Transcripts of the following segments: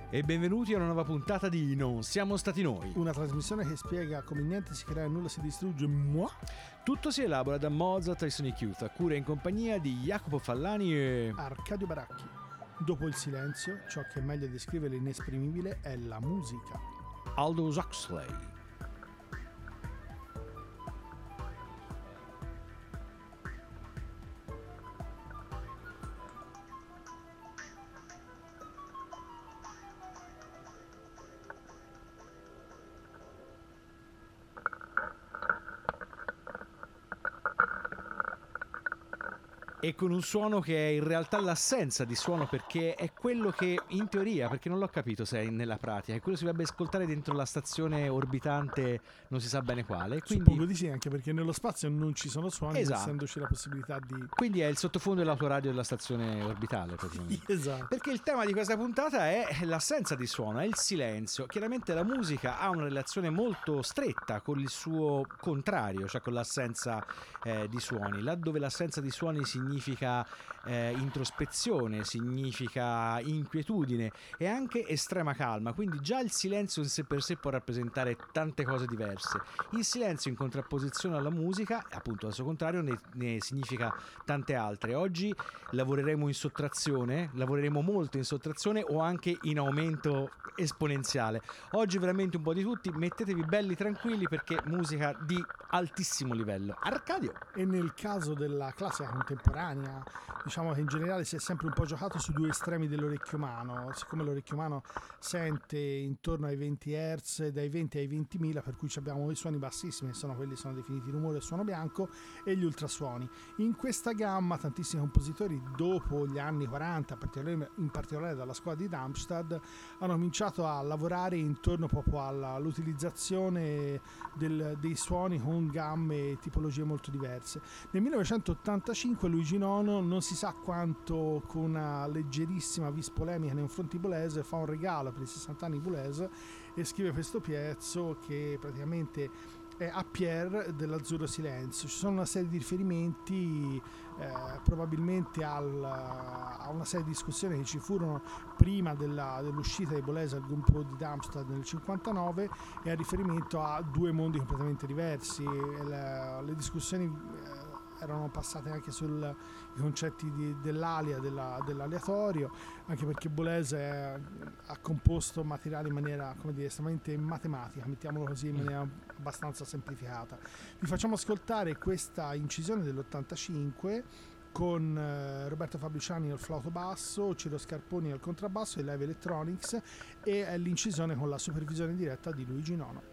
E benvenuti a una nuova puntata di Non siamo stati noi. Una trasmissione che spiega come niente si crea e nulla si distrugge. Tutto si elabora da Mozart e Sonic Youth, a cura in compagnia di Jacopo Fallani e Arcadio Baracchi. Dopo il silenzio, ciò che meglio descrive l'inesprimibile è la musica. Aldous Huxley. E con un suono che è in realtà l'assenza di suono, perché è quello che in teoria, perché non l'ho capito se è nella pratica, è quello che si dovrebbe ascoltare dentro la stazione orbitante, non si sa bene quale. Quindi, suppongo di sì, anche perché nello spazio non ci sono suoni, esatto, essendoci la possibilità di... Quindi è il sottofondo dell'autoradio della stazione orbitale, praticamente. Esatto. Perché il tema di questa puntata è l'assenza di suono, è il silenzio. Chiaramente la musica ha una relazione molto stretta con il suo contrario, cioè con l'assenza di suoni. Laddove l'assenza di suoni significa introspezione, significa inquietudine e anche estrema calma. Quindi già il silenzio in sé per sé può rappresentare tante cose diverse. Il silenzio in contrapposizione alla musica, appunto al suo contrario, ne significa tante altre. Oggi lavoreremo in sottrazione, lavoreremo molto in sottrazione o anche in aumento esponenziale. Oggi veramente un po' di tutti, mettetevi belli tranquilli perché musica di altissimo livello. Arcadio. E nel caso della classica contemporanea, diciamo che in generale si è sempre un po' giocato sui due estremi dell'orecchio umano, siccome l'orecchio umano sente intorno ai 20 Hz, dai 20 ai 20.000, per cui abbiamo i suoni bassissimi, che sono quelli sono definiti rumore e suono bianco, e gli ultrasuoni. In questa gamma tantissimi compositori dopo gli anni 40, in particolare dalla scuola di Darmstadt, hanno cominciato a lavorare intorno proprio all'utilizzazione dei suoni con gamme e tipologie molto diverse. Nel 1985 Luigi Nono, non si sa quanto, con una leggerissima vis polemica nei confronti di Boulez, fa un regalo per i 60 anni di Boulez e scrive questo pezzo che praticamente è a Pierre dell'Azzurro Silenzio. Ci sono una serie di riferimenti probabilmente a una serie di discussioni che ci furono prima dell'uscita di Boulez al gruppo di Darmstadt nel 59 e a riferimento a due mondi completamente diversi. Le discussioni erano passate anche sui concetti dell'alia, dell'aleatorio, anche perché Boulez ha composto materiale in maniera, come dire, estremamente matematica, mettiamolo così, in maniera abbastanza semplificata. Vi facciamo ascoltare questa incisione dell'85 con Roberto Fabriciani al flauto basso, Ciro Scarponi al contrabbasso e Live Electronics, e l'incisione con la supervisione diretta di Luigi Nono.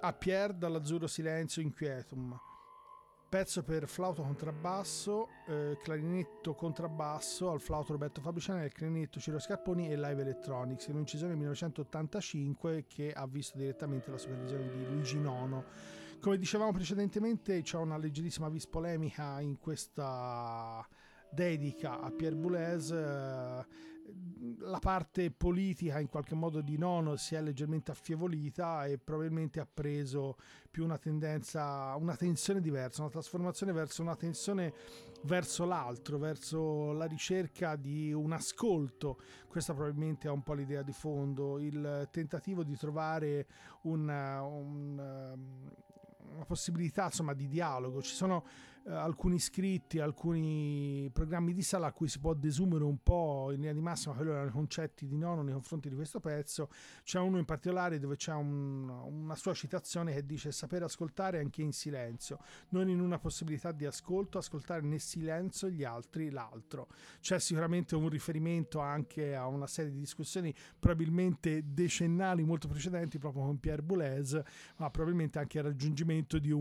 a Pierre dall'Azzurro Silenzio Inquietum, pezzo per flauto contrabbasso, clarinetto contrabbasso al flauto Roberto Fabriciani, al clarinetto Ciro Scarponi e Live Electronics, in un'incisione 1985 che ha visto direttamente la supervisione di Luigi Nono. Come dicevamo precedentemente, c'è una leggerissima vis polemica in questa dedica a Pierre Boulez. La parte politica in qualche modo di Nono si è leggermente affievolita e probabilmente ha preso più una tendenza, una tensione diversa, una trasformazione verso una tensione verso l'altro, verso la ricerca di un ascolto. Questa probabilmente è un po' l'idea di fondo, il tentativo di trovare una possibilità, insomma, di dialogo. Ci sono alcuni scritti, alcuni programmi di sala a cui si può desumere un po' in linea di massima quello erano i concetti di Nono nei confronti di questo pezzo. C'è uno in particolare dove c'è una sua citazione che dice: sapere ascoltare anche in silenzio, non in una possibilità di ascolto, ascoltare nel silenzio gli altri, l'altro. C'è sicuramente un riferimento anche a una serie di discussioni probabilmente decennali molto precedenti proprio con Pierre Boulez, ma probabilmente anche il raggiungimento di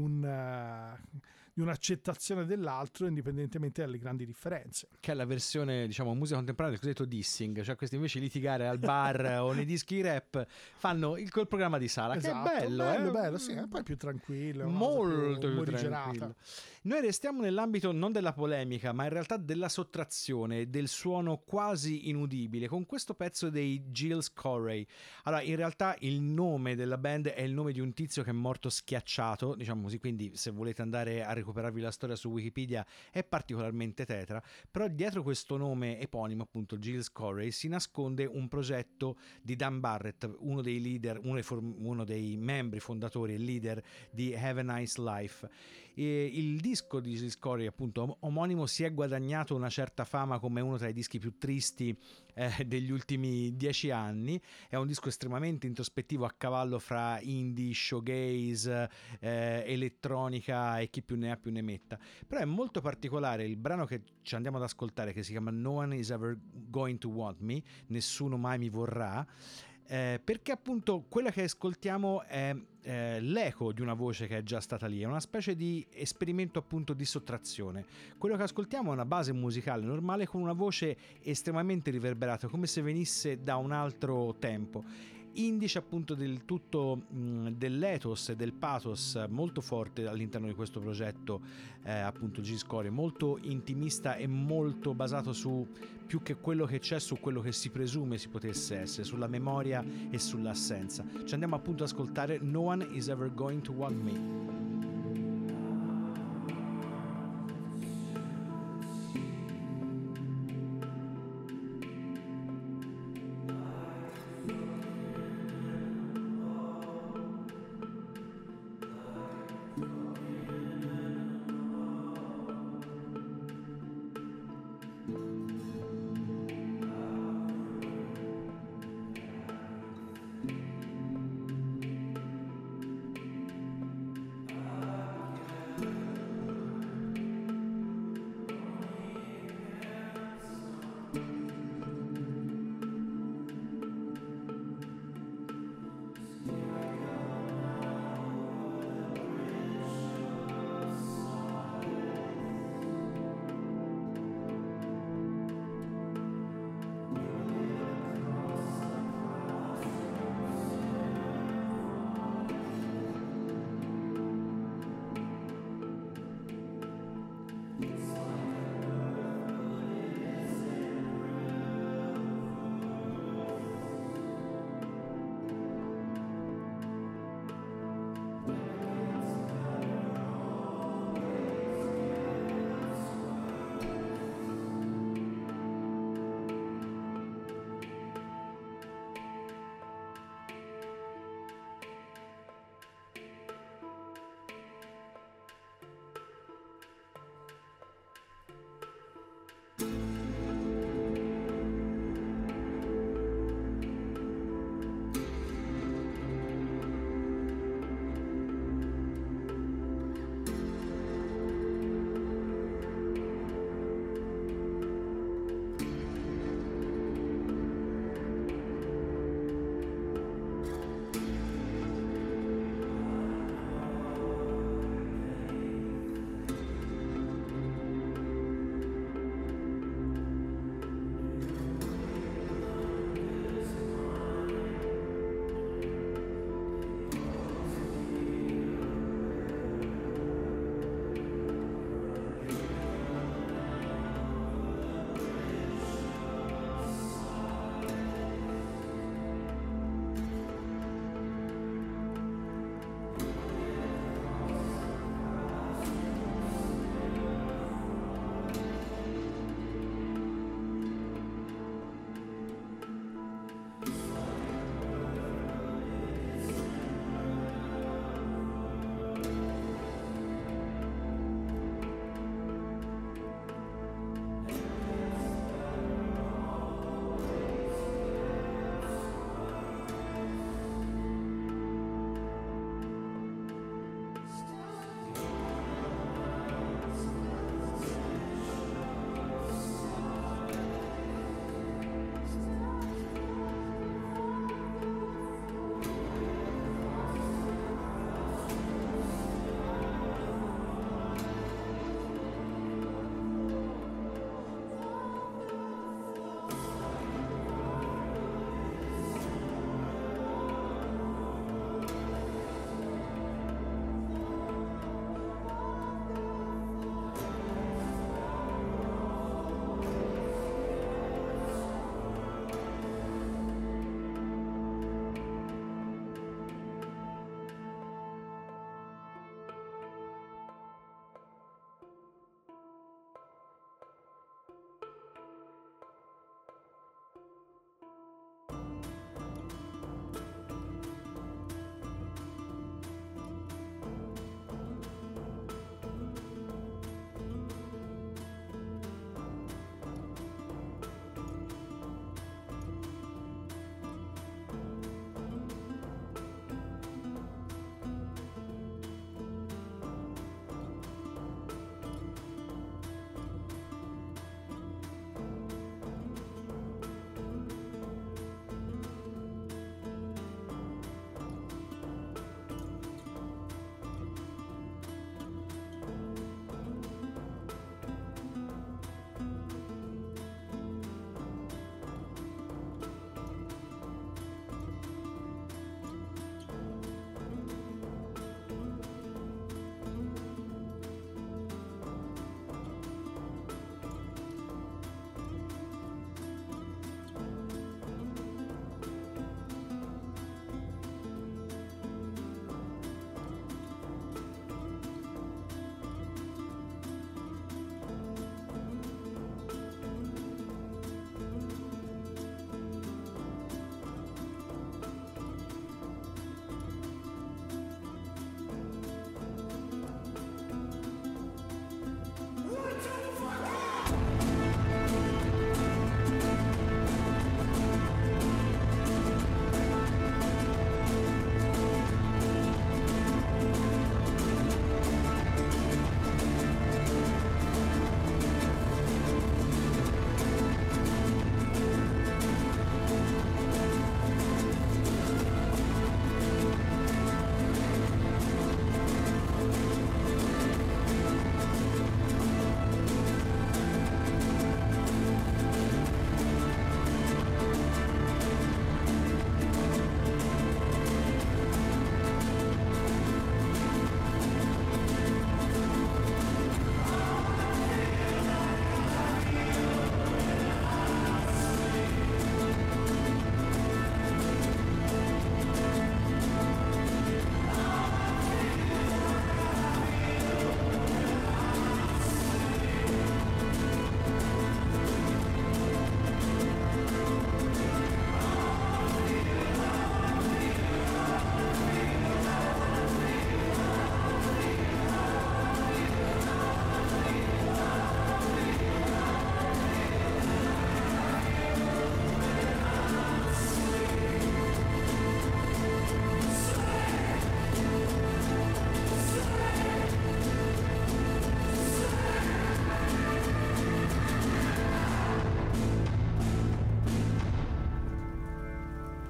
un'accettazione dell'altro indipendentemente dalle grandi differenze, che è la versione, diciamo, musica contemporanea del cosiddetto dissing, cioè questi invece di litigare al bar o nei dischi rap fanno quel programma di sala. Esatto, che è bello, bello, sì, è poi più tranquillo, molto più morigerata. tranquillo. Noi restiamo nell'ambito non della polemica, ma in realtà della sottrazione, del suono quasi inudibile, con questo pezzo dei Giles Corey. Allora, in realtà il nome della band è il nome di un tizio che è morto schiacciato, diciamo così, quindi se volete andare a recuperarvi la storia su Wikipedia è particolarmente tetra, però dietro questo nome eponimo, appunto Giles Corey, si nasconde un progetto di Dan Barrett, uno dei leader, uno dei membri fondatori e leader di Have a Nice Life. E il disco di Giles Corey, appunto omonimo, si è guadagnato una certa fama come uno tra i dischi più tristi degli ultimi 10 anni. È un disco estremamente introspettivo, a cavallo fra indie, showgaze, elettronica e chi più ne ha più ne metta. Però è molto particolare il brano che ci andiamo ad ascoltare, che si chiama No One Is Ever Going to Want Me, nessuno mai mi vorrà, perché appunto quella che ascoltiamo è l'eco di una voce che è già stata lì, è una specie di esperimento appunto di sottrazione. Quello che ascoltiamo è una base musicale normale con una voce estremamente riverberata, come se venisse da un altro tempo, indice appunto del tutto dell'ethos e del pathos molto forte all'interno di questo progetto, appunto Giles Corey, molto intimista e molto basato su più che quello che c'è, su quello che si presume si potesse essere, sulla memoria e sull'assenza. Ci andiamo appunto ad ascoltare No One Is Ever Going to Want Me.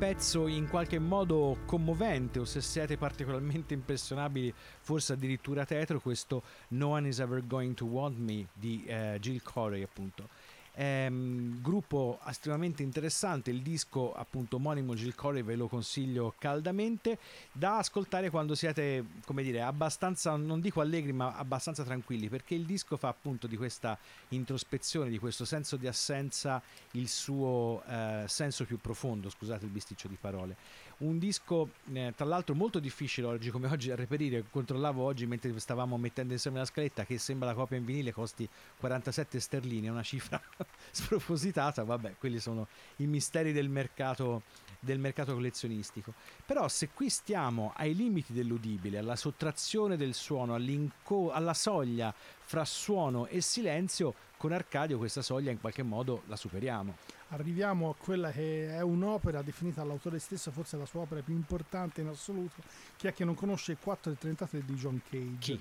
pezzo in qualche modo commovente, o se siete particolarmente impressionabili forse addirittura tetro, questo No One Is Ever Going to Want Me di Jill Corey, appunto. Gruppo estremamente interessante, il disco appunto omonimo Jill Corey ve lo consiglio caldamente, da ascoltare quando siete, come dire, abbastanza, non dico allegri, ma abbastanza tranquilli, perché il disco fa appunto di questa introspezione, di questo senso di assenza, il suo senso più profondo, scusate il bisticcio di parole. Un disco tra l'altro molto difficile oggi come oggi da reperire. Controllavo oggi mentre stavamo mettendo insieme la scaletta che sembra la copia in vinile costi 47 sterline, una cifra spropositata. Vabbè, quelli sono i misteri del mercato collezionistico. Però se qui stiamo ai limiti dell'udibile, alla sottrazione del suono, alla soglia fra suono e silenzio, con Arcadio questa soglia in qualche modo la superiamo. Arriviamo a quella che è un'opera definita dall'autore stesso forse la sua opera più importante in assoluto. Chi è che non conosce il 4:33 di John Cage?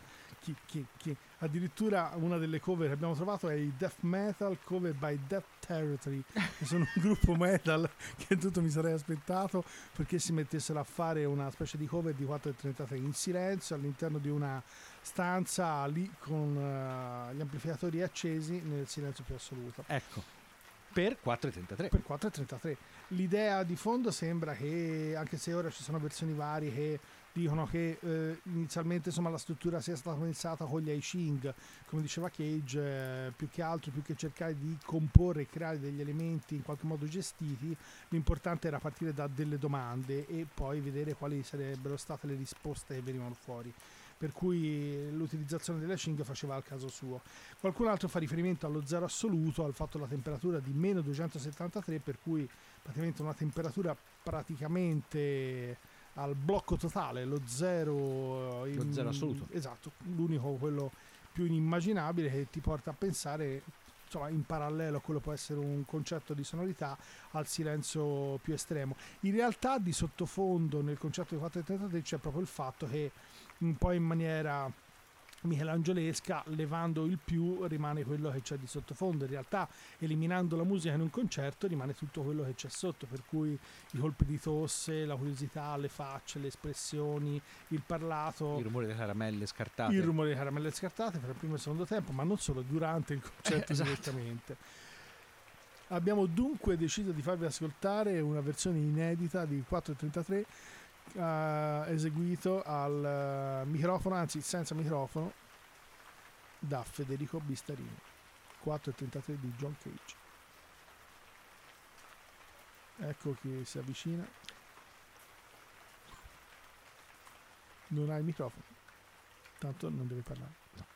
Chi? Addirittura una delle cover che abbiamo trovato è i Death Metal cover by Death Territory, che sono un gruppo metal che tutto mi sarei aspettato perché si mettessero a fare una specie di cover di 4:33 in silenzio all'interno di una stanza lì con gli amplificatori accesi nel silenzio più assoluto. Ecco, per 4:33. Per 4:33. L'idea di fondo sembra che, anche se ora ci sono versioni varie che dicono che inizialmente insomma la struttura sia stata pensata con gli I Ching, come diceva Cage, più che altro, più che cercare di comporre e creare degli elementi in qualche modo gestiti, l'importante era partire da delle domande e poi vedere quali sarebbero state le risposte che venivano fuori. Per cui l'utilizzazione delle Ching faceva al caso suo. Qualcun altro fa riferimento allo zero assoluto, al fatto della temperatura di meno 273, per cui praticamente una temperatura praticamente al blocco totale, lo zero assoluto. Esatto, l'unico, quello più inimmaginabile, che ti porta a pensare, insomma, in parallelo a quello può essere un concetto di sonorità, al silenzio più estremo. In realtà di sottofondo nel concetto di 4:33 c'è proprio il fatto che un po' in maniera michelangiolesca, levando il più rimane quello che c'è di sottofondo. In realtà eliminando la musica in un concerto rimane tutto quello che c'è sotto, per cui i colpi di tosse, la curiosità, le facce, le espressioni, il parlato, il rumore delle caramelle scartate, per il primo e il secondo tempo, ma non solo, durante il concerto esatto. direttamente. Abbiamo dunque deciso di farvi ascoltare una versione inedita di 4:33 eseguito al microfono, anzi senza microfono, da Federico Bistarini. 4:33 di John Cage. Ecco che si avvicina. Non ha il microfono, tanto non deve parlare. No.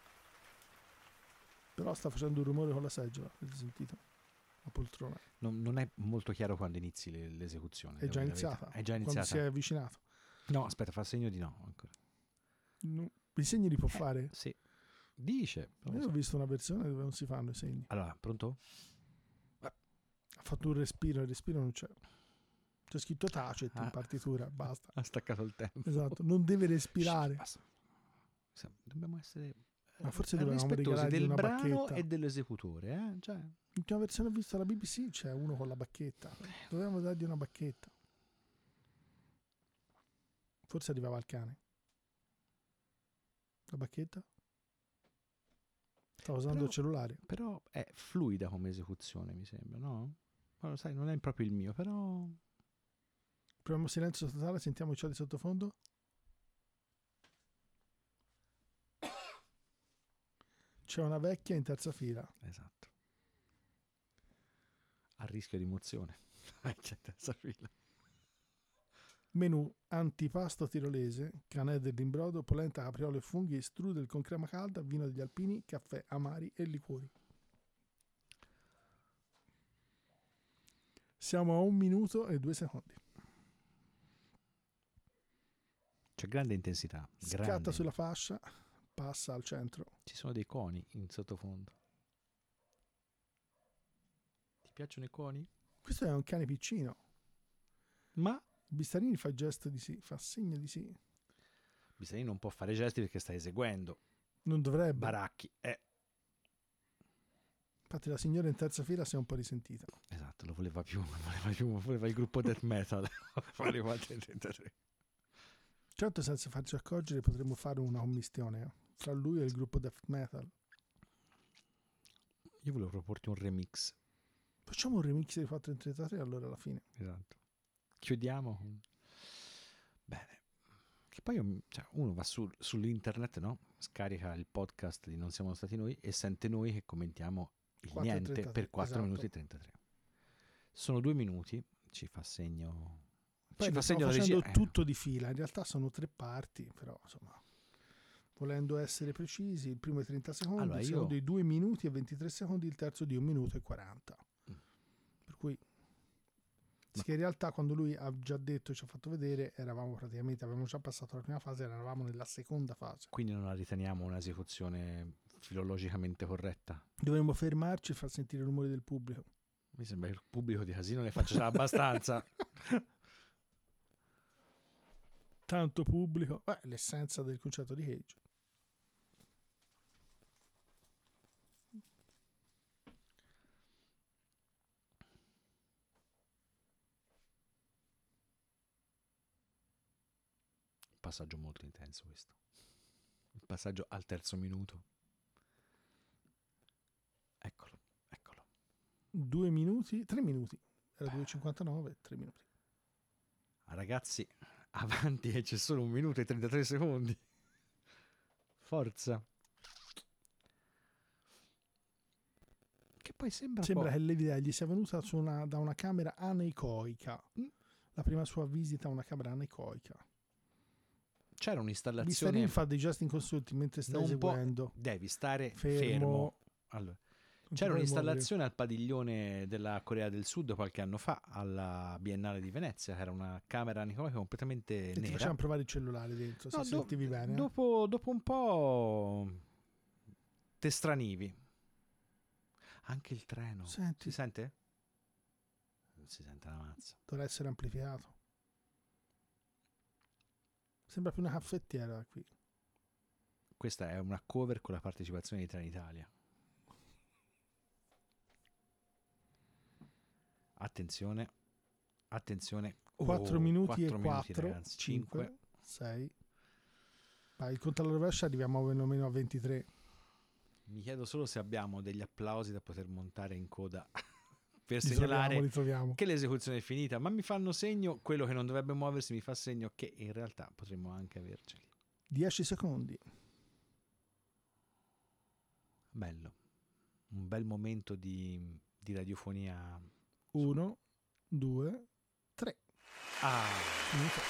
Però sta facendo un rumore con la seggiola, avete sentito? La poltrona. Non è molto chiaro quando inizi l'esecuzione. È già iniziata. È già iniziata. Quando si è avvicinato. No, aspetta, fa segno di no ancora. No, i segni li può fare? Sì. Dice. Io ho visto una versione dove non si fanno i segni. Allora, pronto? Ha fatto un respiro, il respiro non c'è. C'è scritto tacet in partitura, basta. Ha staccato il tempo. Esatto, non deve respirare. Dobbiamo essere ma forse dovevamo regalargli del una brano bacchetta. e dell'esecutore, Cioè. L'ultima versione ho visto alla BBC c'è uno con la bacchetta. Dovevamo dargli una bacchetta. Forse arrivava al cane. La bacchetta? Stava usando il cellulare. Però è fluida come esecuzione, mi sembra, no? Ma lo sai, non è proprio il mio, però. Proviamo silenzio totale, sentiamo ciò di sottofondo. C'è una vecchia in terza fila. Esatto. A rischio di mozione. Vecchia in terza fila. Menù: antipasto tirolese, canè dell'imbrodo, polenta, capriolo e funghi, strudel con crema calda, vino degli alpini, caffè amari e liquori. Siamo a 1 minuto e 2 secondi. C'è grande intensità. Scatta sulla fascia, passa al centro. Ci sono dei coni in sottofondo. Ti piacciono i coni? Questo è un cane piccino. Ma Bistarini fa gesto di sì, fa segno di sì. Bistarini non può fare gesti perché sta eseguendo. Non dovrebbe. Baracchi. Infatti la signora in terza fila si è un po' risentita. Esatto, lo voleva più, voleva il gruppo death metal. Fare 433. Certo, senza farci accorgere potremmo fare una commistione tra lui e il gruppo death metal. Io volevo proporti un remix. Facciamo un remix di 433 allora alla fine. Esatto. Chiudiamo. Bene. Che poi cioè, uno va sull'internet, no? Scarica il podcast di Non siamo stati noi e sente noi che commentiamo il 4:33, niente per 4 esatto. minuti e 33. Sono 2 minuti, ci fa segno. Poi Ci fa stiamo segno la facendo regia. tutto di fila, in realtà sono 3 parti, però insomma, volendo essere precisi, il primo è 30 secondi, Allora, il secondo è 2 minuti e 23 secondi, il terzo di 1 minuto e 40. Per cui che in realtà quando lui ha già detto, ci ha fatto vedere, avevamo già passato la prima fase, eravamo nella seconda fase. Quindi non la riteniamo un'esecuzione filologicamente corretta. Dovremmo fermarci e far sentire il rumore del pubblico. Mi sembra che il pubblico di casino ne faccia già abbastanza. Tanto pubblico, l'essenza del concetto di Cage. Passaggio molto intenso questo. Il passaggio al terzo minuto. Eccolo. 2 minuti, 3 minuti. Era 2,59, 3 minuti. Ragazzi, avanti che c'è solo 1 minuto e 33 secondi. Forza. Che poi sembra che l'idea gli sia venuta da una camera aneicoica. La prima sua visita a una camera aneicoica. C'era un'installazione. Misterin fa dei gesti inconsulti mentre stai eseguendo. Devi stare fermo. Allora, c'era un'installazione al padiglione della Corea del Sud qualche anno fa alla Biennale di Venezia, che era una camera aneicoica completamente nera. Ti facciamo provare il cellulare dentro, se sentivi bene. Dopo un po' te stranivi. Anche il treno. Senti. Si sente? Non si sente una mazza. Dovrà essere amplificato. Sembra più una caffettiera qui. Questa è una cover con la partecipazione di Trenitalia. Attenzione. 4 minuti e 4, ragazzi. 5, 6. Vai, il conto alla rovescia, arriviamo almeno a 23. Mi chiedo solo se abbiamo degli applausi da poter montare in coda per segnalare che l'esecuzione è finita, ma mi fanno segno, quello che non dovrebbe muoversi mi fa segno che in realtà potremmo anche averceli. 10 secondi. Bello. Un bel momento di radiofonia. 1, 2, 3. Finito.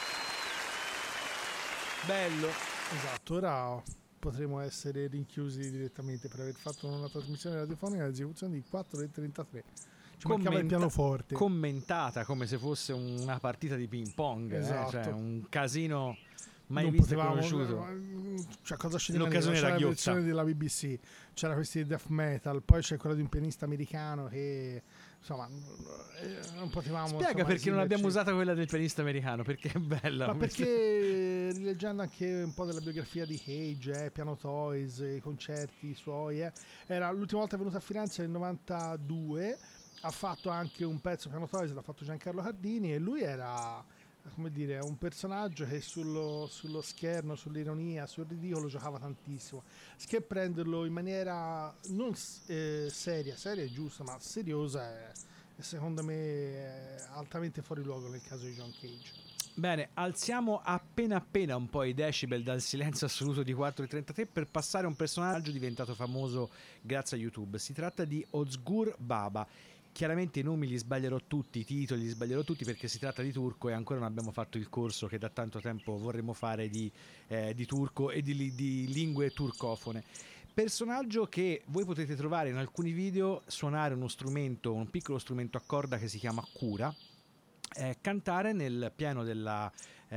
Bello. Esatto, ora potremo essere rinchiusi direttamente per aver fatto una trasmissione radiofonica all'esecuzione di 4:33. Ci mancava il pianoforte. Commentata come se fosse una partita di ping pong. Esatto. Cioè un casino mai non visto e potevamo, conosciuto. Cioè, cosa ci l'occasione era c'era la ghiotta. versione della BBC, c'era questi di death metal, poi c'è quella di un pianista americano che insomma non potevamo. Spiega perché non abbiamo usata quella del pianista americano, perché è bella. Ma perché rileggendo anche un po' della biografia di Cage, Piano Toys, i concerti suoi, era l'ultima volta venuta a Firenze nel 92, ha fatto anche un pezzo Piano Toys, l'ha fatto Giancarlo Cardini e lui era, come dire, un personaggio che sullo scherno, sull'ironia, sul ridicolo giocava tantissimo, che prenderlo in maniera non seria è giusto, ma seriosa è secondo me altamente fuori luogo nel caso di John Cage. Bene, alziamo appena un po' i decibel dal silenzio assoluto di 4:33 per passare a un personaggio diventato famoso grazie a YouTube. Si tratta di Ozgur Baba. Chiaramente i nomi li sbaglierò tutti, i titoli li sbaglierò tutti perché si tratta di turco e ancora non abbiamo fatto il corso che da tanto tempo vorremmo fare di turco e di lingue turcofone. Personaggio che voi potete trovare in alcuni video suonare uno strumento, un piccolo strumento a corda che si chiama kura, cantare nel piano della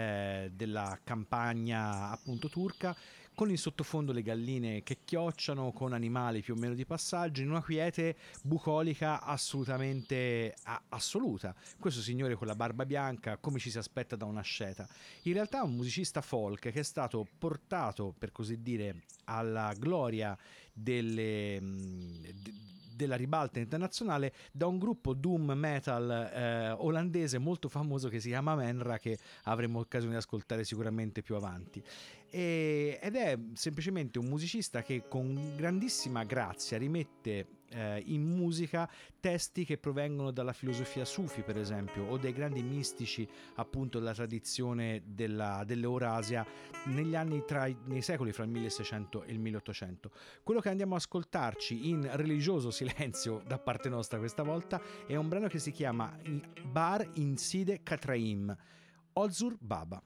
campagna appunto turca, con in sottofondo le galline che chiocciano, con animali più o meno di passaggio, in una quiete bucolica assolutamente assoluta. Questo signore con la barba bianca, come ci si aspetta da una asceta. In realtà è un musicista folk che è stato portato, per così dire, alla gloria della ribalta internazionale da un gruppo doom metal olandese molto famoso che si chiama Menra, che avremo occasione di ascoltare sicuramente più avanti. Ed è semplicemente un musicista che con grandissima grazia rimette in musica testi che provengono dalla filosofia sufi, per esempio, o dei grandi mistici appunto della tradizione dell'Eurasia nei secoli fra il 1600 e il 1800. Quello che andiamo a ascoltarci in religioso silenzio da parte nostra questa volta è un brano che si chiama Bar in Side Katraim, Ozur Baba.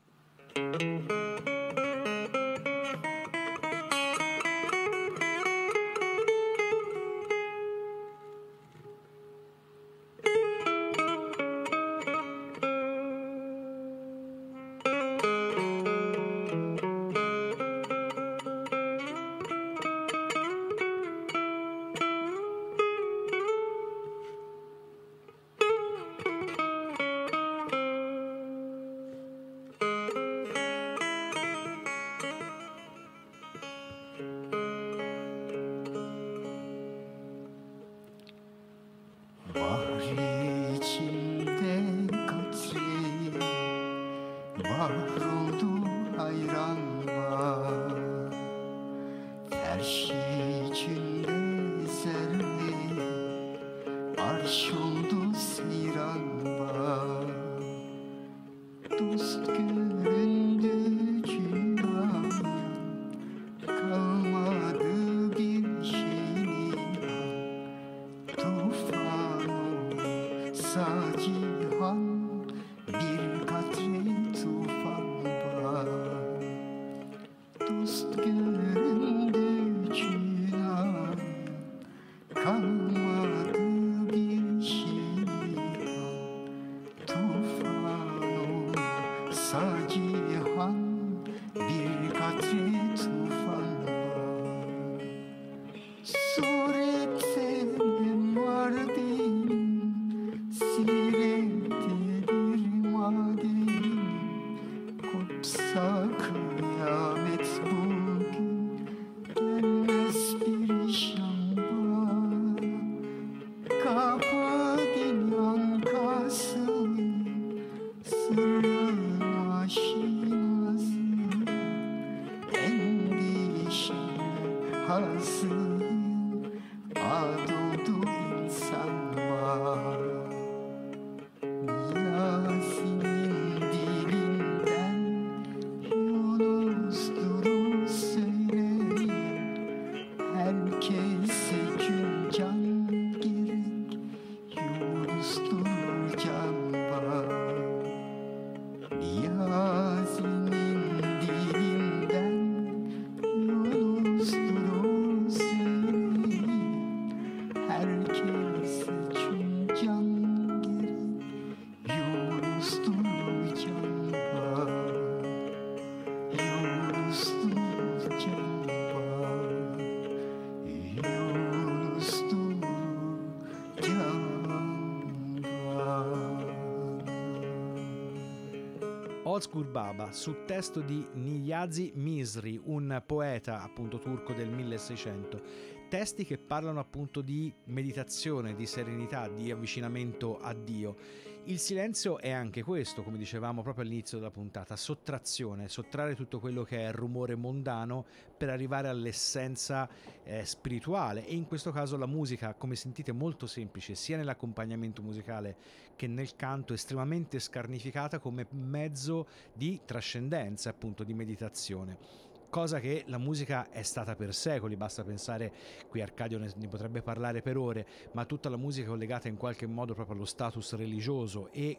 Ozgur Baba, su testo di Niyazi Misri, un poeta appunto turco del 1600. Testi che parlano appunto di meditazione, di serenità, di avvicinamento a Dio. Il silenzio è anche questo, come dicevamo proprio all'inizio della puntata, sottrazione, sottrarre tutto quello che è il rumore mondano per arrivare all'essenza spirituale, e in questo caso la musica, come sentite, molto semplice sia nell'accompagnamento musicale che nel canto, estremamente scarnificata come mezzo di trascendenza, appunto di meditazione. Cosa che la musica è stata per secoli, basta pensare, qui Arcadio ne potrebbe parlare per ore, ma tutta la musica è collegata in qualche modo proprio allo status religioso e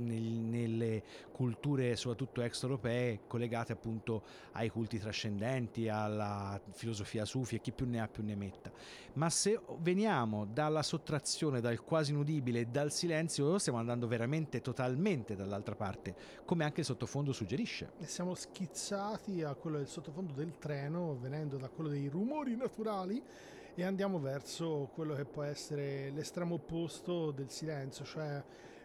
nelle culture soprattutto extraeuropee collegate appunto ai culti trascendenti, alla filosofia sufi e chi più ne ha più ne metta. Ma se veniamo dalla sottrazione, dal quasi inudibile e dal silenzio, stiamo andando veramente totalmente dall'altra parte, come anche il sottofondo suggerisce. E siamo schizzati a quello del sottofondo del treno, venendo da quello dei rumori naturali, e andiamo verso quello che può essere l'estremo opposto del silenzio, cioè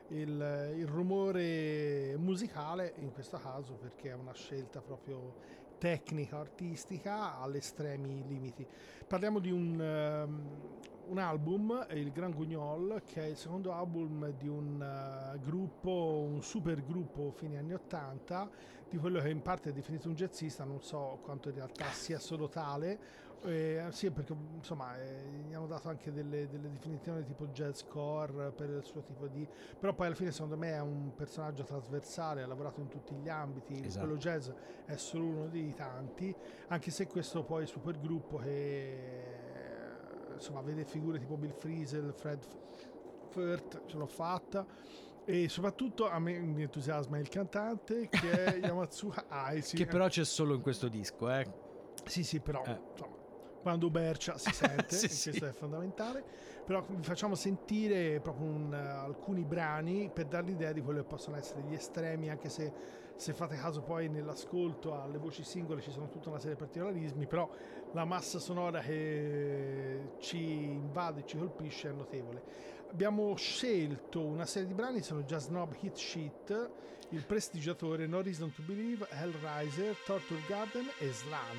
il rumore musicale, in questo caso perché è una scelta proprio tecnica, artistica, agli estremi limiti. Parliamo di un un album, il Grand Guignol, che è il secondo album di un gruppo, un super gruppo fine anni 80, di quello che in parte è definito un jazzista, non so quanto in realtà sia solo tale. Sì, perché insomma gli hanno dato anche delle definizioni tipo jazzcore per il suo tipo di... Però poi alla fine secondo me è un personaggio trasversale, ha lavorato in tutti gli ambiti, Esatto. quello jazz è solo uno dei tanti, anche se questo poi supergruppo che insomma vede figure tipo Bill Frisell, Fred Furt, ce l'ho fatta. E soprattutto a me mi entusiasma il cantante che è Yamatsuha Aisi, che però c'è solo in questo disco, sì, però insomma, quando bercia si sente, sì, e questo è fondamentale. Però vi facciamo sentire proprio alcuni brani per dar l'idea di quello che possono essere gli estremi, anche se fate caso poi nell'ascolto alle voci singole ci sono tutta una serie di particolarismi, però la massa sonora che ci invade, ci colpisce è notevole. Abbiamo scelto una serie di brani, sono Just Snob, Hit Sheet, Il Prestigiatore, No Reason to Believe, Hellraiser, Torture Garden e Slam.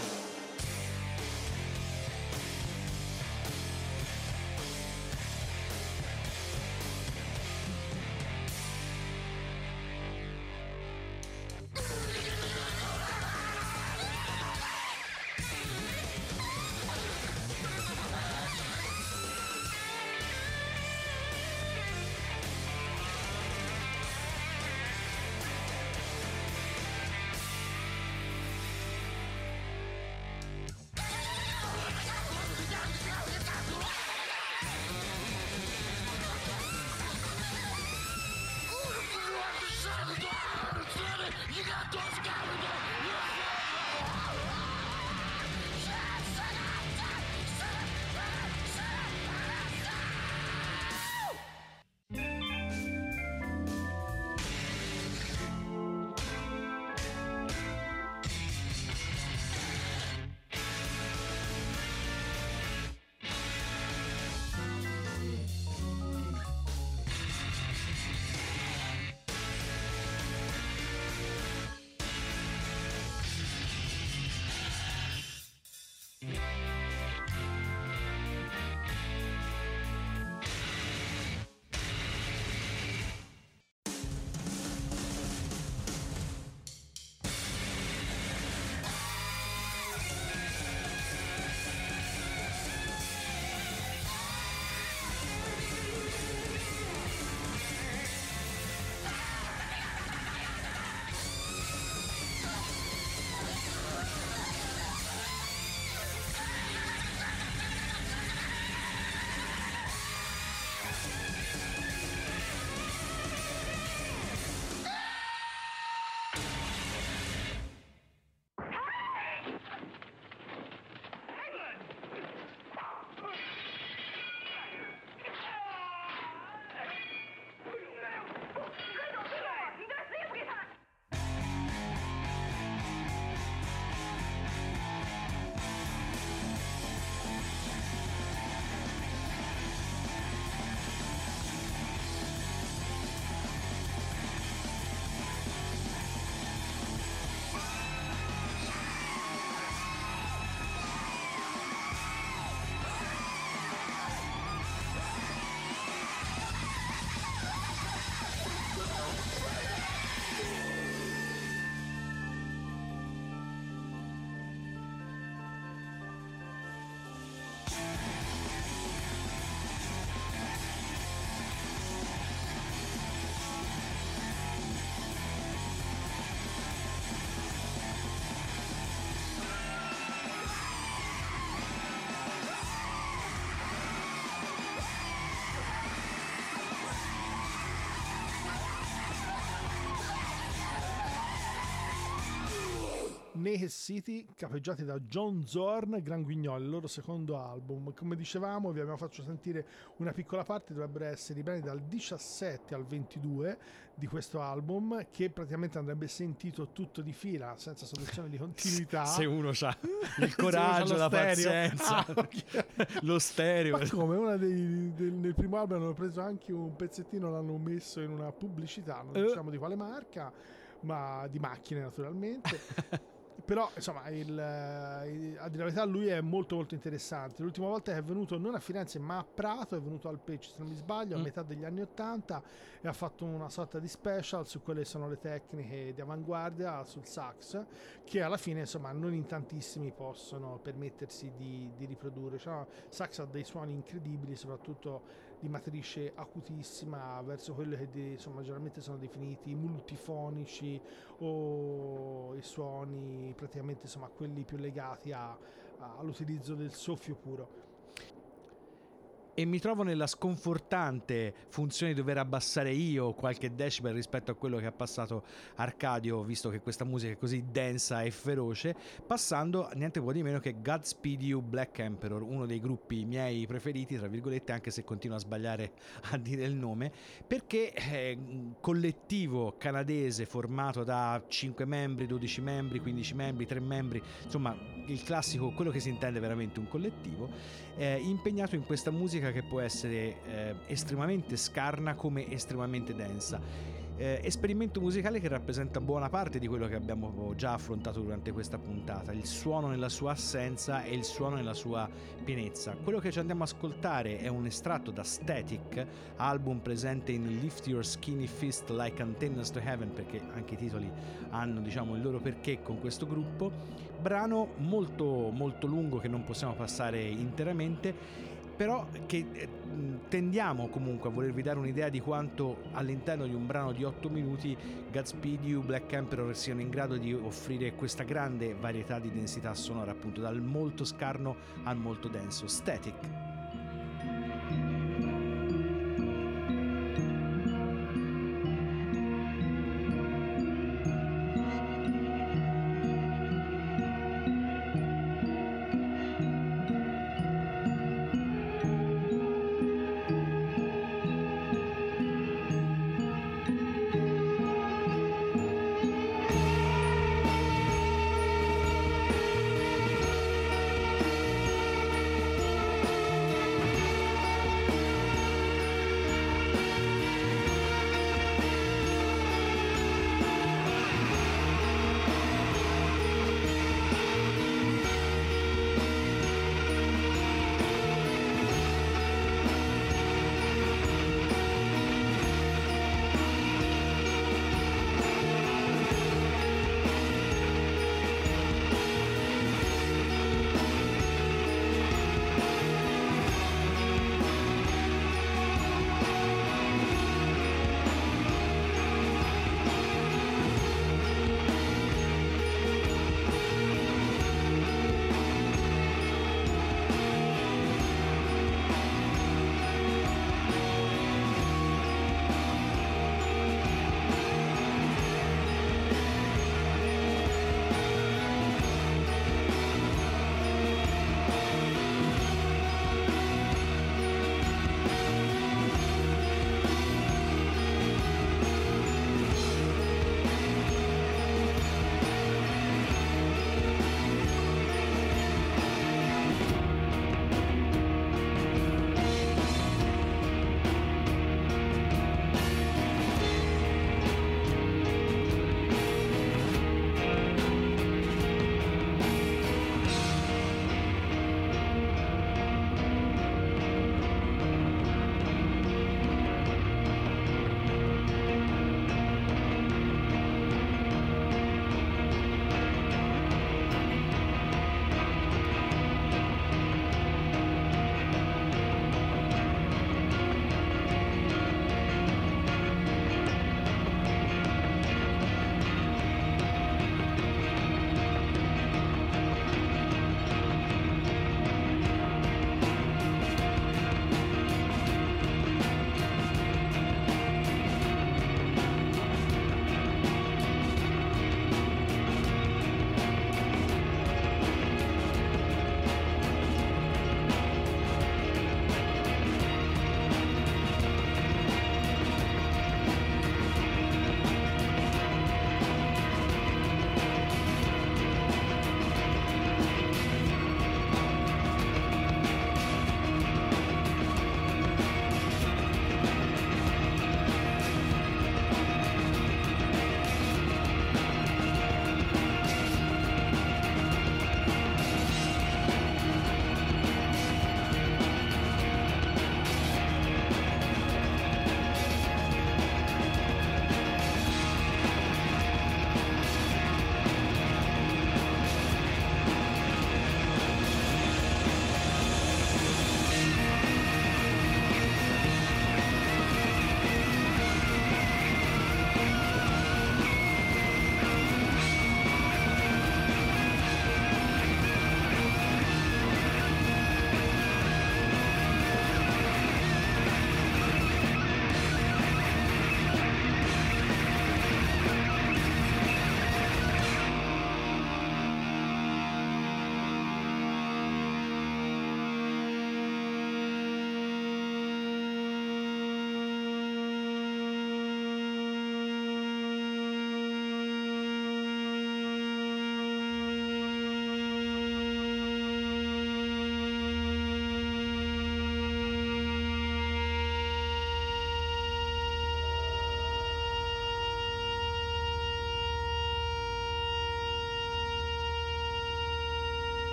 Naked City, capeggiati da John Zorn, Gran Guignol, il loro secondo album. Come dicevamo, vi abbiamo fatto sentire una piccola parte, dovrebbero essere i brani dal 17 al 22 di questo album, che praticamente andrebbe sentito tutto di fila, senza soluzione di continuità. Se uno ha il coraggio, la pazienza, lo stereo. Ma come? Nel primo album hanno preso anche un pezzettino, l'hanno messo in una pubblicità, non diciamo di quale marca, ma di macchine naturalmente. Però insomma a dire la verità lui è molto molto interessante. L'ultima volta che è venuto non a Firenze ma a Prato, è venuto al Page se non mi sbaglio a metà degli anni 80 e ha fatto una sorta di special su quelle sono le tecniche di avanguardia sul sax, che alla fine insomma non in tantissimi possono permettersi di riprodurre. Cioè, sax ha dei suoni incredibili, soprattutto di matrice acutissima verso quello che insomma generalmente sono definiti multifonici o i suoni praticamente insomma quelli più legati all'utilizzo del soffio puro. E mi trovo nella sconfortante funzione di dover abbassare io qualche decibel rispetto a quello che ha passato Arcadio, visto che questa musica è così densa e feroce, passando niente po' di meno che Godspeed You Black Emperor, uno dei gruppi miei preferiti, tra virgolette, anche se continuo a sbagliare a dire il nome, perché è un collettivo canadese formato da 5 membri, 12 membri, 15 membri, 3 membri, insomma il classico, quello che si intende veramente un collettivo, impegnato in questa musica che può essere estremamente scarna come estremamente densa. Esperimento musicale che rappresenta buona parte di quello che abbiamo già affrontato durante questa puntata, il suono nella sua assenza e il suono nella sua pienezza. Quello che ci andiamo a ascoltare è un estratto da Static, album presente in Lift Your Skinny Fist Like Antennas to Heaven, perché anche i titoli hanno diciamo il loro perché con questo gruppo, brano molto molto lungo che non possiamo passare interamente, però che tendiamo comunque a volervi dare un'idea di quanto all'interno di un brano di 8 minuti Godspeed You Black Emperor siano in grado di offrire questa grande varietà di densità sonora, appunto dal molto scarno al molto denso. Static.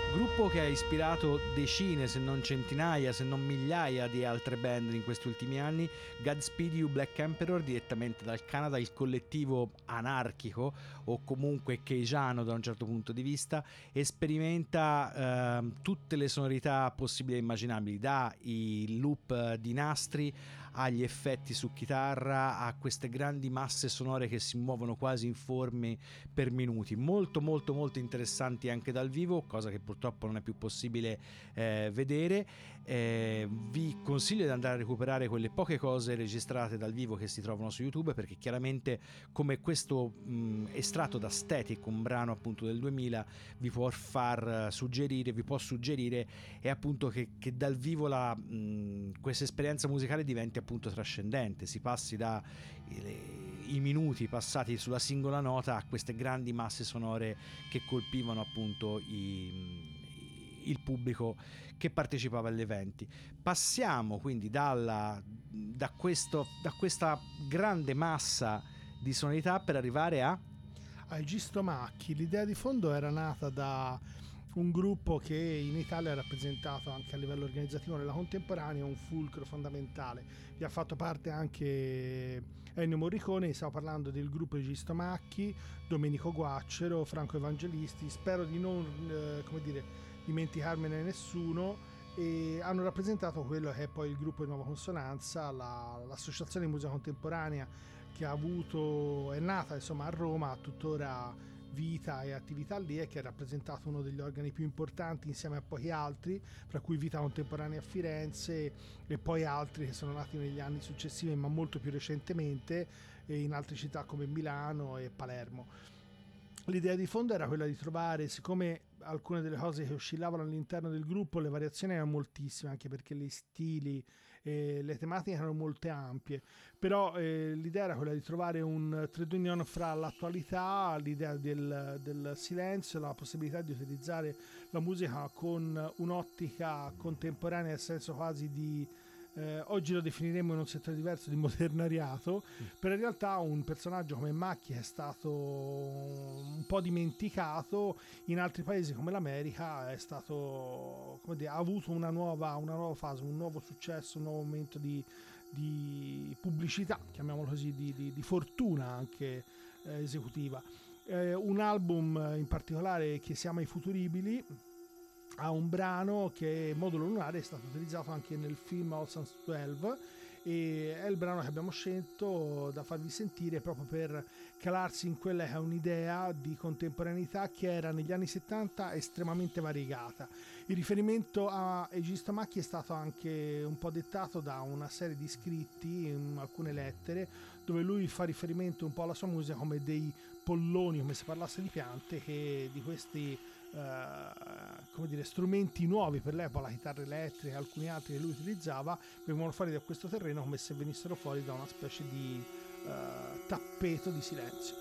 gruppo che ha ispirato decine, se non centinaia, se non migliaia di altre band in questi ultimi anni. Godspeed You Black Emperor, direttamente dal Canada, il collettivo anarchico o comunque keijano da un certo punto di vista, sperimenta tutte le sonorità possibili e immaginabili, dai loop di nastri agli effetti su chitarra, a queste grandi masse sonore che si muovono quasi in forme per minuti, molto molto molto interessanti anche dal vivo, cosa che purtroppo non è più possibile vedere. Vi consiglio di andare a recuperare quelle poche cose registrate dal vivo che si trovano su YouTube, perché chiaramente, come questo estratto da Static, un brano appunto del 2000, vi può suggerire è appunto che dal vivo questa esperienza musicale diventi appunto trascendente, si passi da i minuti passati sulla singola nota a queste grandi masse sonore che colpivano appunto il pubblico che partecipava agli eventi. Passiamo quindi da questa grande massa di sonorità per arrivare ai Gistomacchi. L'idea di fondo era nata da un gruppo che in Italia ha rappresentato anche a livello organizzativo nella contemporanea un fulcro fondamentale. Vi ha fatto parte anche Ennio Morricone. Stiamo parlando del gruppo di Gistomacchi, Domenico Guaccero, Franco Evangelisti. Spero di non dimenticarmene nessuno. E hanno rappresentato quello che è poi il gruppo di Nuova Consonanza, l'associazione di musica contemporanea che è nata insomma a Roma, ha tuttora vita e attività lì, e che ha rappresentato uno degli organi più importanti insieme a pochi altri, fra cui Vita Contemporanea a Firenze e poi altri che sono nati negli anni successivi ma molto più recentemente in altre città come Milano e Palermo. L'idea di fondo era quella di trovare, siccome alcune delle cose che oscillavano all'interno del gruppo, le variazioni erano moltissime, anche perché gli stili e le tematiche erano molto ampie, però l'idea era quella di trovare un trade union fra l'attualità, l'idea del silenzio, la possibilità di utilizzare la musica con un'ottica contemporanea, nel senso quasi di oggi lo definiremmo in un settore diverso di modernariato, però in realtà un personaggio come Macchi è stato un po' dimenticato in altri paesi come l'America, è stato, ha avuto una nuova fase, un nuovo successo, un nuovo momento di pubblicità, chiamiamolo così, di fortuna anche esecutiva. Un album in particolare che si chiama I Futuribili ha un brano che Modulo Lunare è stato utilizzato anche nel film Ocean's 12, e è il brano che abbiamo scelto da farvi sentire proprio per calarsi in quella che è un'idea di contemporaneità che era negli anni 70 estremamente variegata. Il riferimento a Egisto Macchi è stato anche un po' dettato da una serie di scritti, alcune lettere, dove lui fa riferimento un po' alla sua musica come dei polloni, come se parlasse di piante, che di questi strumenti nuovi per l'epoca, la chitarra elettrica e alcuni altri che lui utilizzava, venivano fuori da questo terreno come se venissero fuori da una specie di tappeto di silenzio.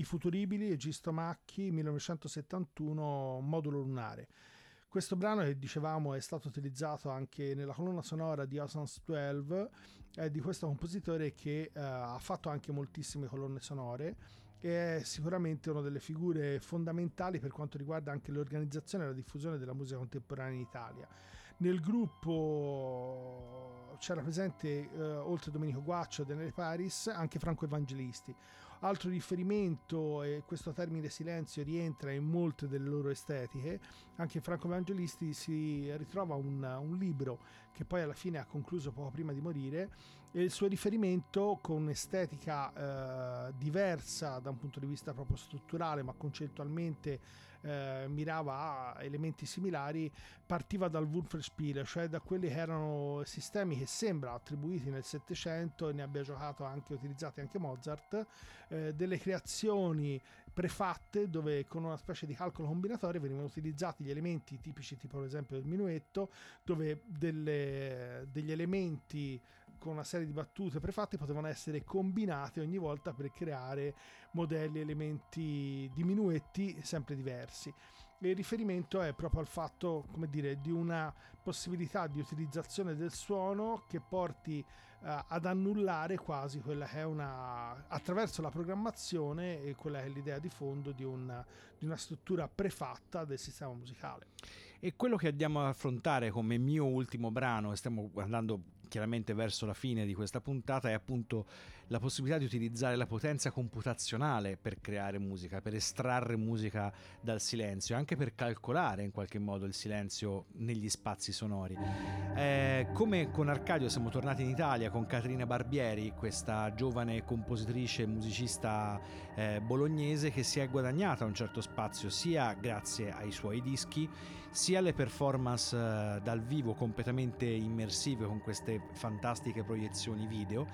futuribili, Egisto Macchi, 1971, Modulo lunare. Questo brano, che dicevamo, è stato utilizzato anche nella colonna sonora di Ocean's 12, è di questo compositore che ha fatto anche moltissime colonne sonore e è sicuramente una delle figure fondamentali per quanto riguarda anche l'organizzazione e la diffusione della musica contemporanea in Italia. Nel gruppo c'era presente, oltre Domenico Guaccio e Daniele Paris, anche Franco Evangelisti. Altro riferimento, e questo termine silenzio rientra in molte delle loro estetiche, anche in Franco Evangelisti si ritrova un libro che poi alla fine ha concluso poco prima di morire, e il suo riferimento, con un'estetica diversa da un punto di vista proprio strutturale, ma concettualmente mirava a elementi similari, partiva dal Wurfenspiel, cioè da quelli che erano sistemi che sembra attribuiti nel Settecento, e ne abbia giocato anche, utilizzati anche Mozart, delle creazioni prefatte dove con una specie di calcolo combinatorio venivano utilizzati gli elementi tipici, tipo ad esempio del minuetto, dove degli elementi con una serie di battute prefatte potevano essere combinate ogni volta per creare modelli, elementi di minuetti sempre diversi. E il riferimento è proprio al fatto, come dire, di una possibilità di utilizzazione del suono che porti ad annullare quasi quella che è attraverso la programmazione, e quella che è l'idea di fondo di una struttura prefatta del sistema musicale. E quello che andiamo ad affrontare come mio ultimo brano, e stiamo andando chiaramente verso la fine di questa puntata, è appunto la possibilità di utilizzare la potenza computazionale per creare musica, per estrarre musica dal silenzio, anche per calcolare in qualche modo il silenzio negli spazi sonori. Come con Arcadio siamo tornati in Italia con Caterina Barbieri, questa giovane compositrice e musicista bolognese che si è guadagnata un certo spazio sia grazie ai suoi dischi, sia alle performance dal vivo completamente immersive con queste fantastiche proiezioni video,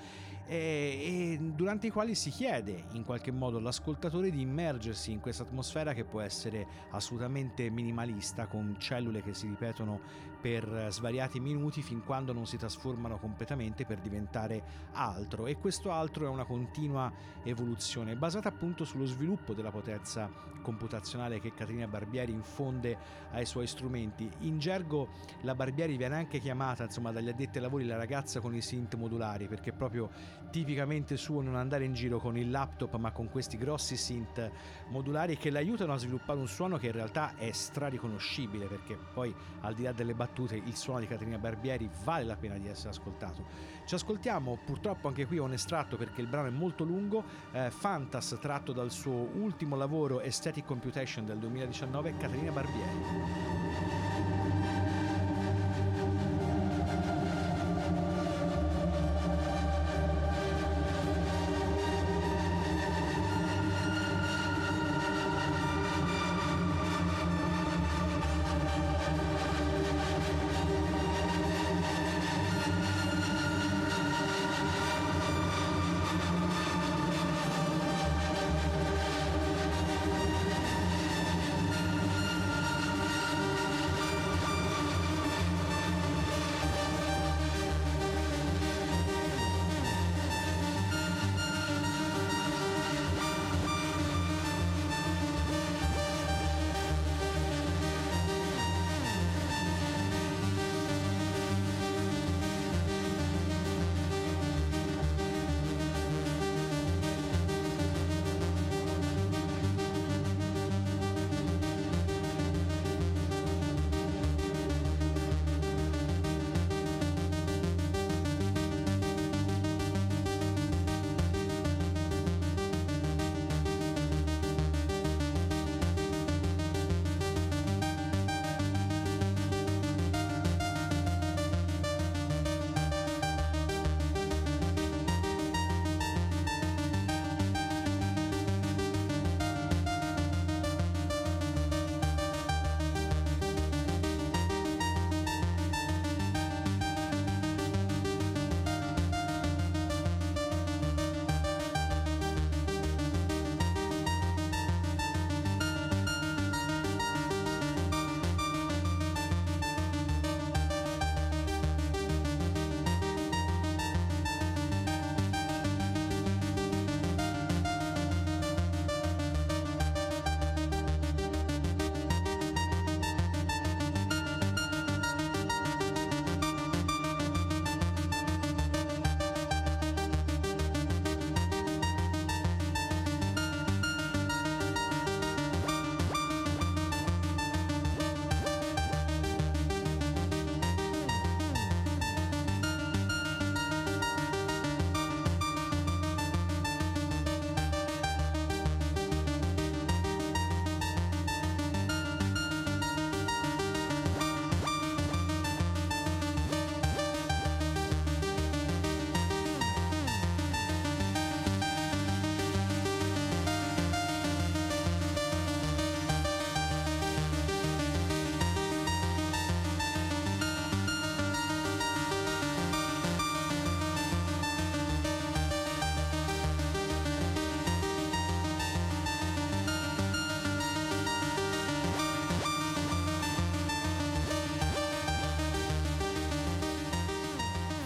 e durante i quali si chiede in qualche modo all'ascoltatore di immergersi in questa atmosfera che può essere assolutamente minimalista, con cellule che si ripetono per svariati minuti fin quando non si trasformano completamente per diventare altro, e questo altro è una continua evoluzione basata appunto sullo sviluppo della potenza computazionale che Caterina Barbieri infonde ai suoi strumenti. In gergo la Barbieri viene anche chiamata, insomma, dagli addetti ai lavori, la ragazza con i synth modulari, perché è proprio tipicamente suo non andare in giro con il laptop ma con questi grossi synth modulari che le aiutano a sviluppare un suono che in realtà è strariconoscibile, perché poi al di là delle battute il suono di Caterina Barbieri vale la pena di essere ascoltato. Ci ascoltiamo purtroppo anche qui un estratto, perché il brano è molto lungo, Fantas, tratto dal suo ultimo lavoro Aesthetic Computation del 2019, Caterina Barbieri.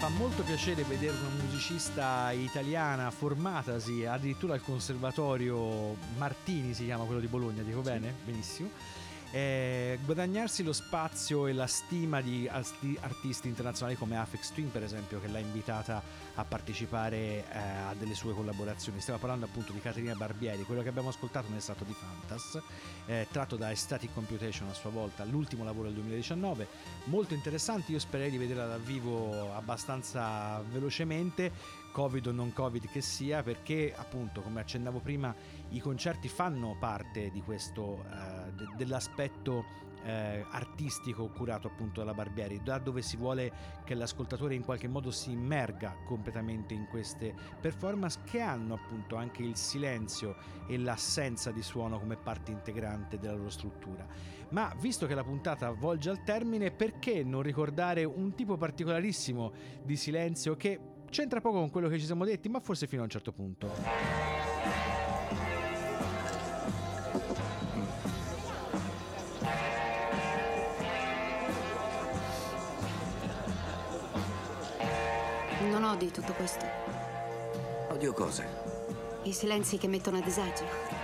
fa molto piacere vedere una musicista italiana formatasi addirittura al Conservatorio Martini, si chiama quello di Bologna, dico bene? Benissimo. Guadagnarsi lo spazio e la stima di artisti internazionali come Aphex Twin, per esempio, che l'ha invitata a partecipare a delle sue collaborazioni. Stiamo parlando appunto di Caterina Barbieri. Quello che abbiamo ascoltato nel Stato di Fantas, tratto da Static Computation a sua volta, l'ultimo lavoro del 2019, molto interessante. Io spererei di vederla dal vivo abbastanza velocemente, Covid o non Covid che sia, perché appunto, come accennavo prima, i concerti fanno parte di questo dell'aspetto artistico curato appunto dalla Barbieri, da dove si vuole che l'ascoltatore in qualche modo si immerga completamente in queste performance che hanno appunto anche il silenzio e l'assenza di suono come parte integrante della loro struttura. Ma visto che la puntata volge al termine, perché non ricordare un tipo particolarissimo di silenzio che c'entra poco con quello che ci siamo detti, ma forse fino a un certo punto. Non odi tutto questo. Odio cosa? I silenzi che mettono a disagio.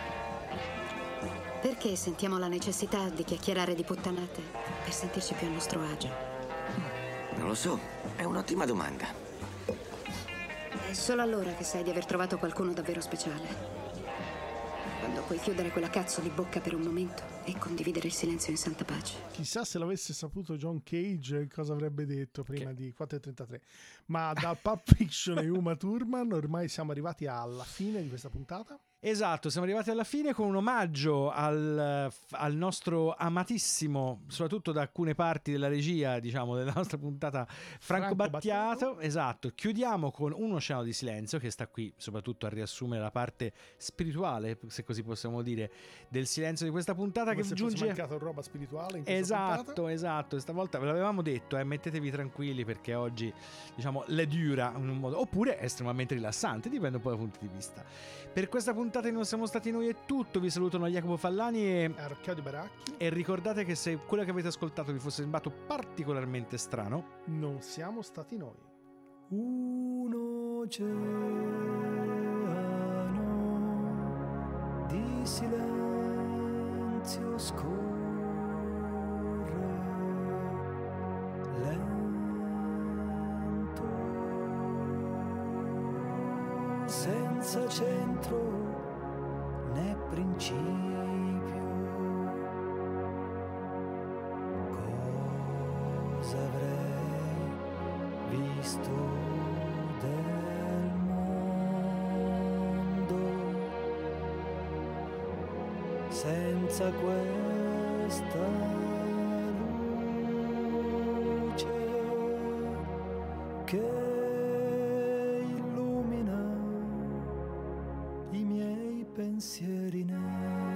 Perché sentiamo la necessità di chiacchierare di puttanate per sentirci più a nostro agio? Non lo so, è un'ottima domanda. È solo allora che sai di aver trovato qualcuno davvero speciale. Quando puoi chiudere quella cazzo di bocca per un momento e condividere il silenzio in santa pace. Chissà se l'avesse saputo John Cage cosa avrebbe detto prima di 4:33. Ma da Pulp Fiction e Uma Thurman ormai siamo arrivati alla fine di questa puntata. Esatto, siamo arrivati alla fine con un omaggio al nostro amatissimo, soprattutto da alcune parti della regia, diciamo, della nostra puntata, Franco Battiato. Esatto, chiudiamo con un oceano di silenzio che sta qui soprattutto a riassumere la parte spirituale, se così possiamo dire, del silenzio di questa puntata. Come che se giunge... fosse mancato roba spirituale in questa puntata. Esatto, stavolta ve l'avevamo detto, mettetevi tranquilli perché oggi, diciamo, le dura in un modo, oppure è estremamente rilassante, dipende un po' dai punti di vista. Per questa puntata non siamo stati noi, è tutto. Vi salutano Jacopo Fallani e Arcadio Baracchi. E ricordate che se quello che avete ascoltato vi fosse sembrato particolarmente strano, non siamo stati noi. Un oceano di silenzio scorre lento, senza centro né principio. Cosa avrei visto del mondo senza questa luce che illumina i miei pensieri neri.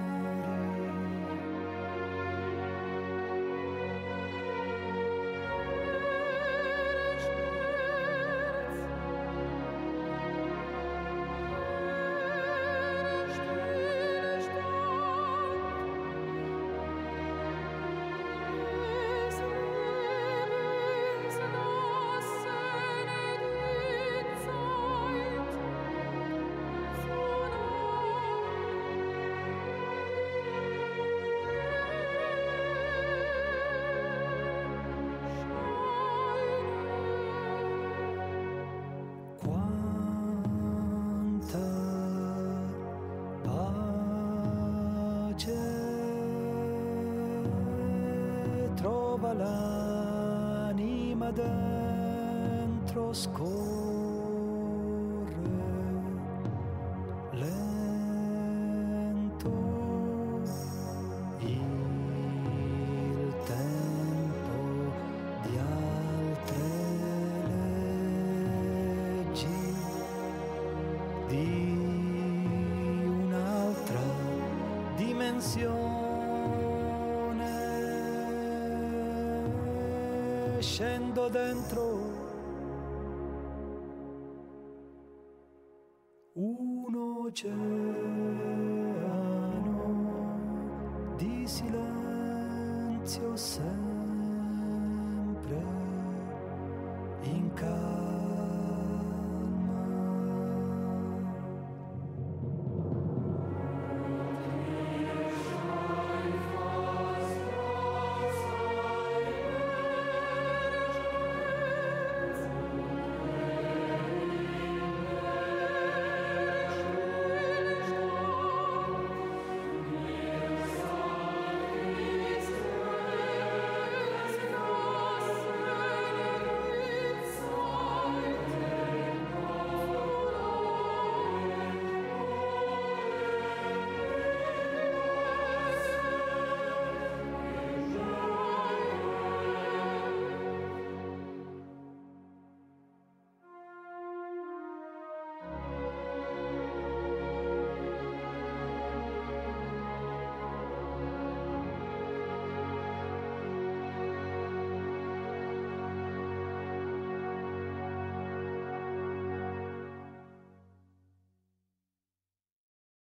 Trova l'anima dentro, scorre lento il tempo di altre leggi, di un'altra dimensione. Scendo dentro un oceano di silenzio.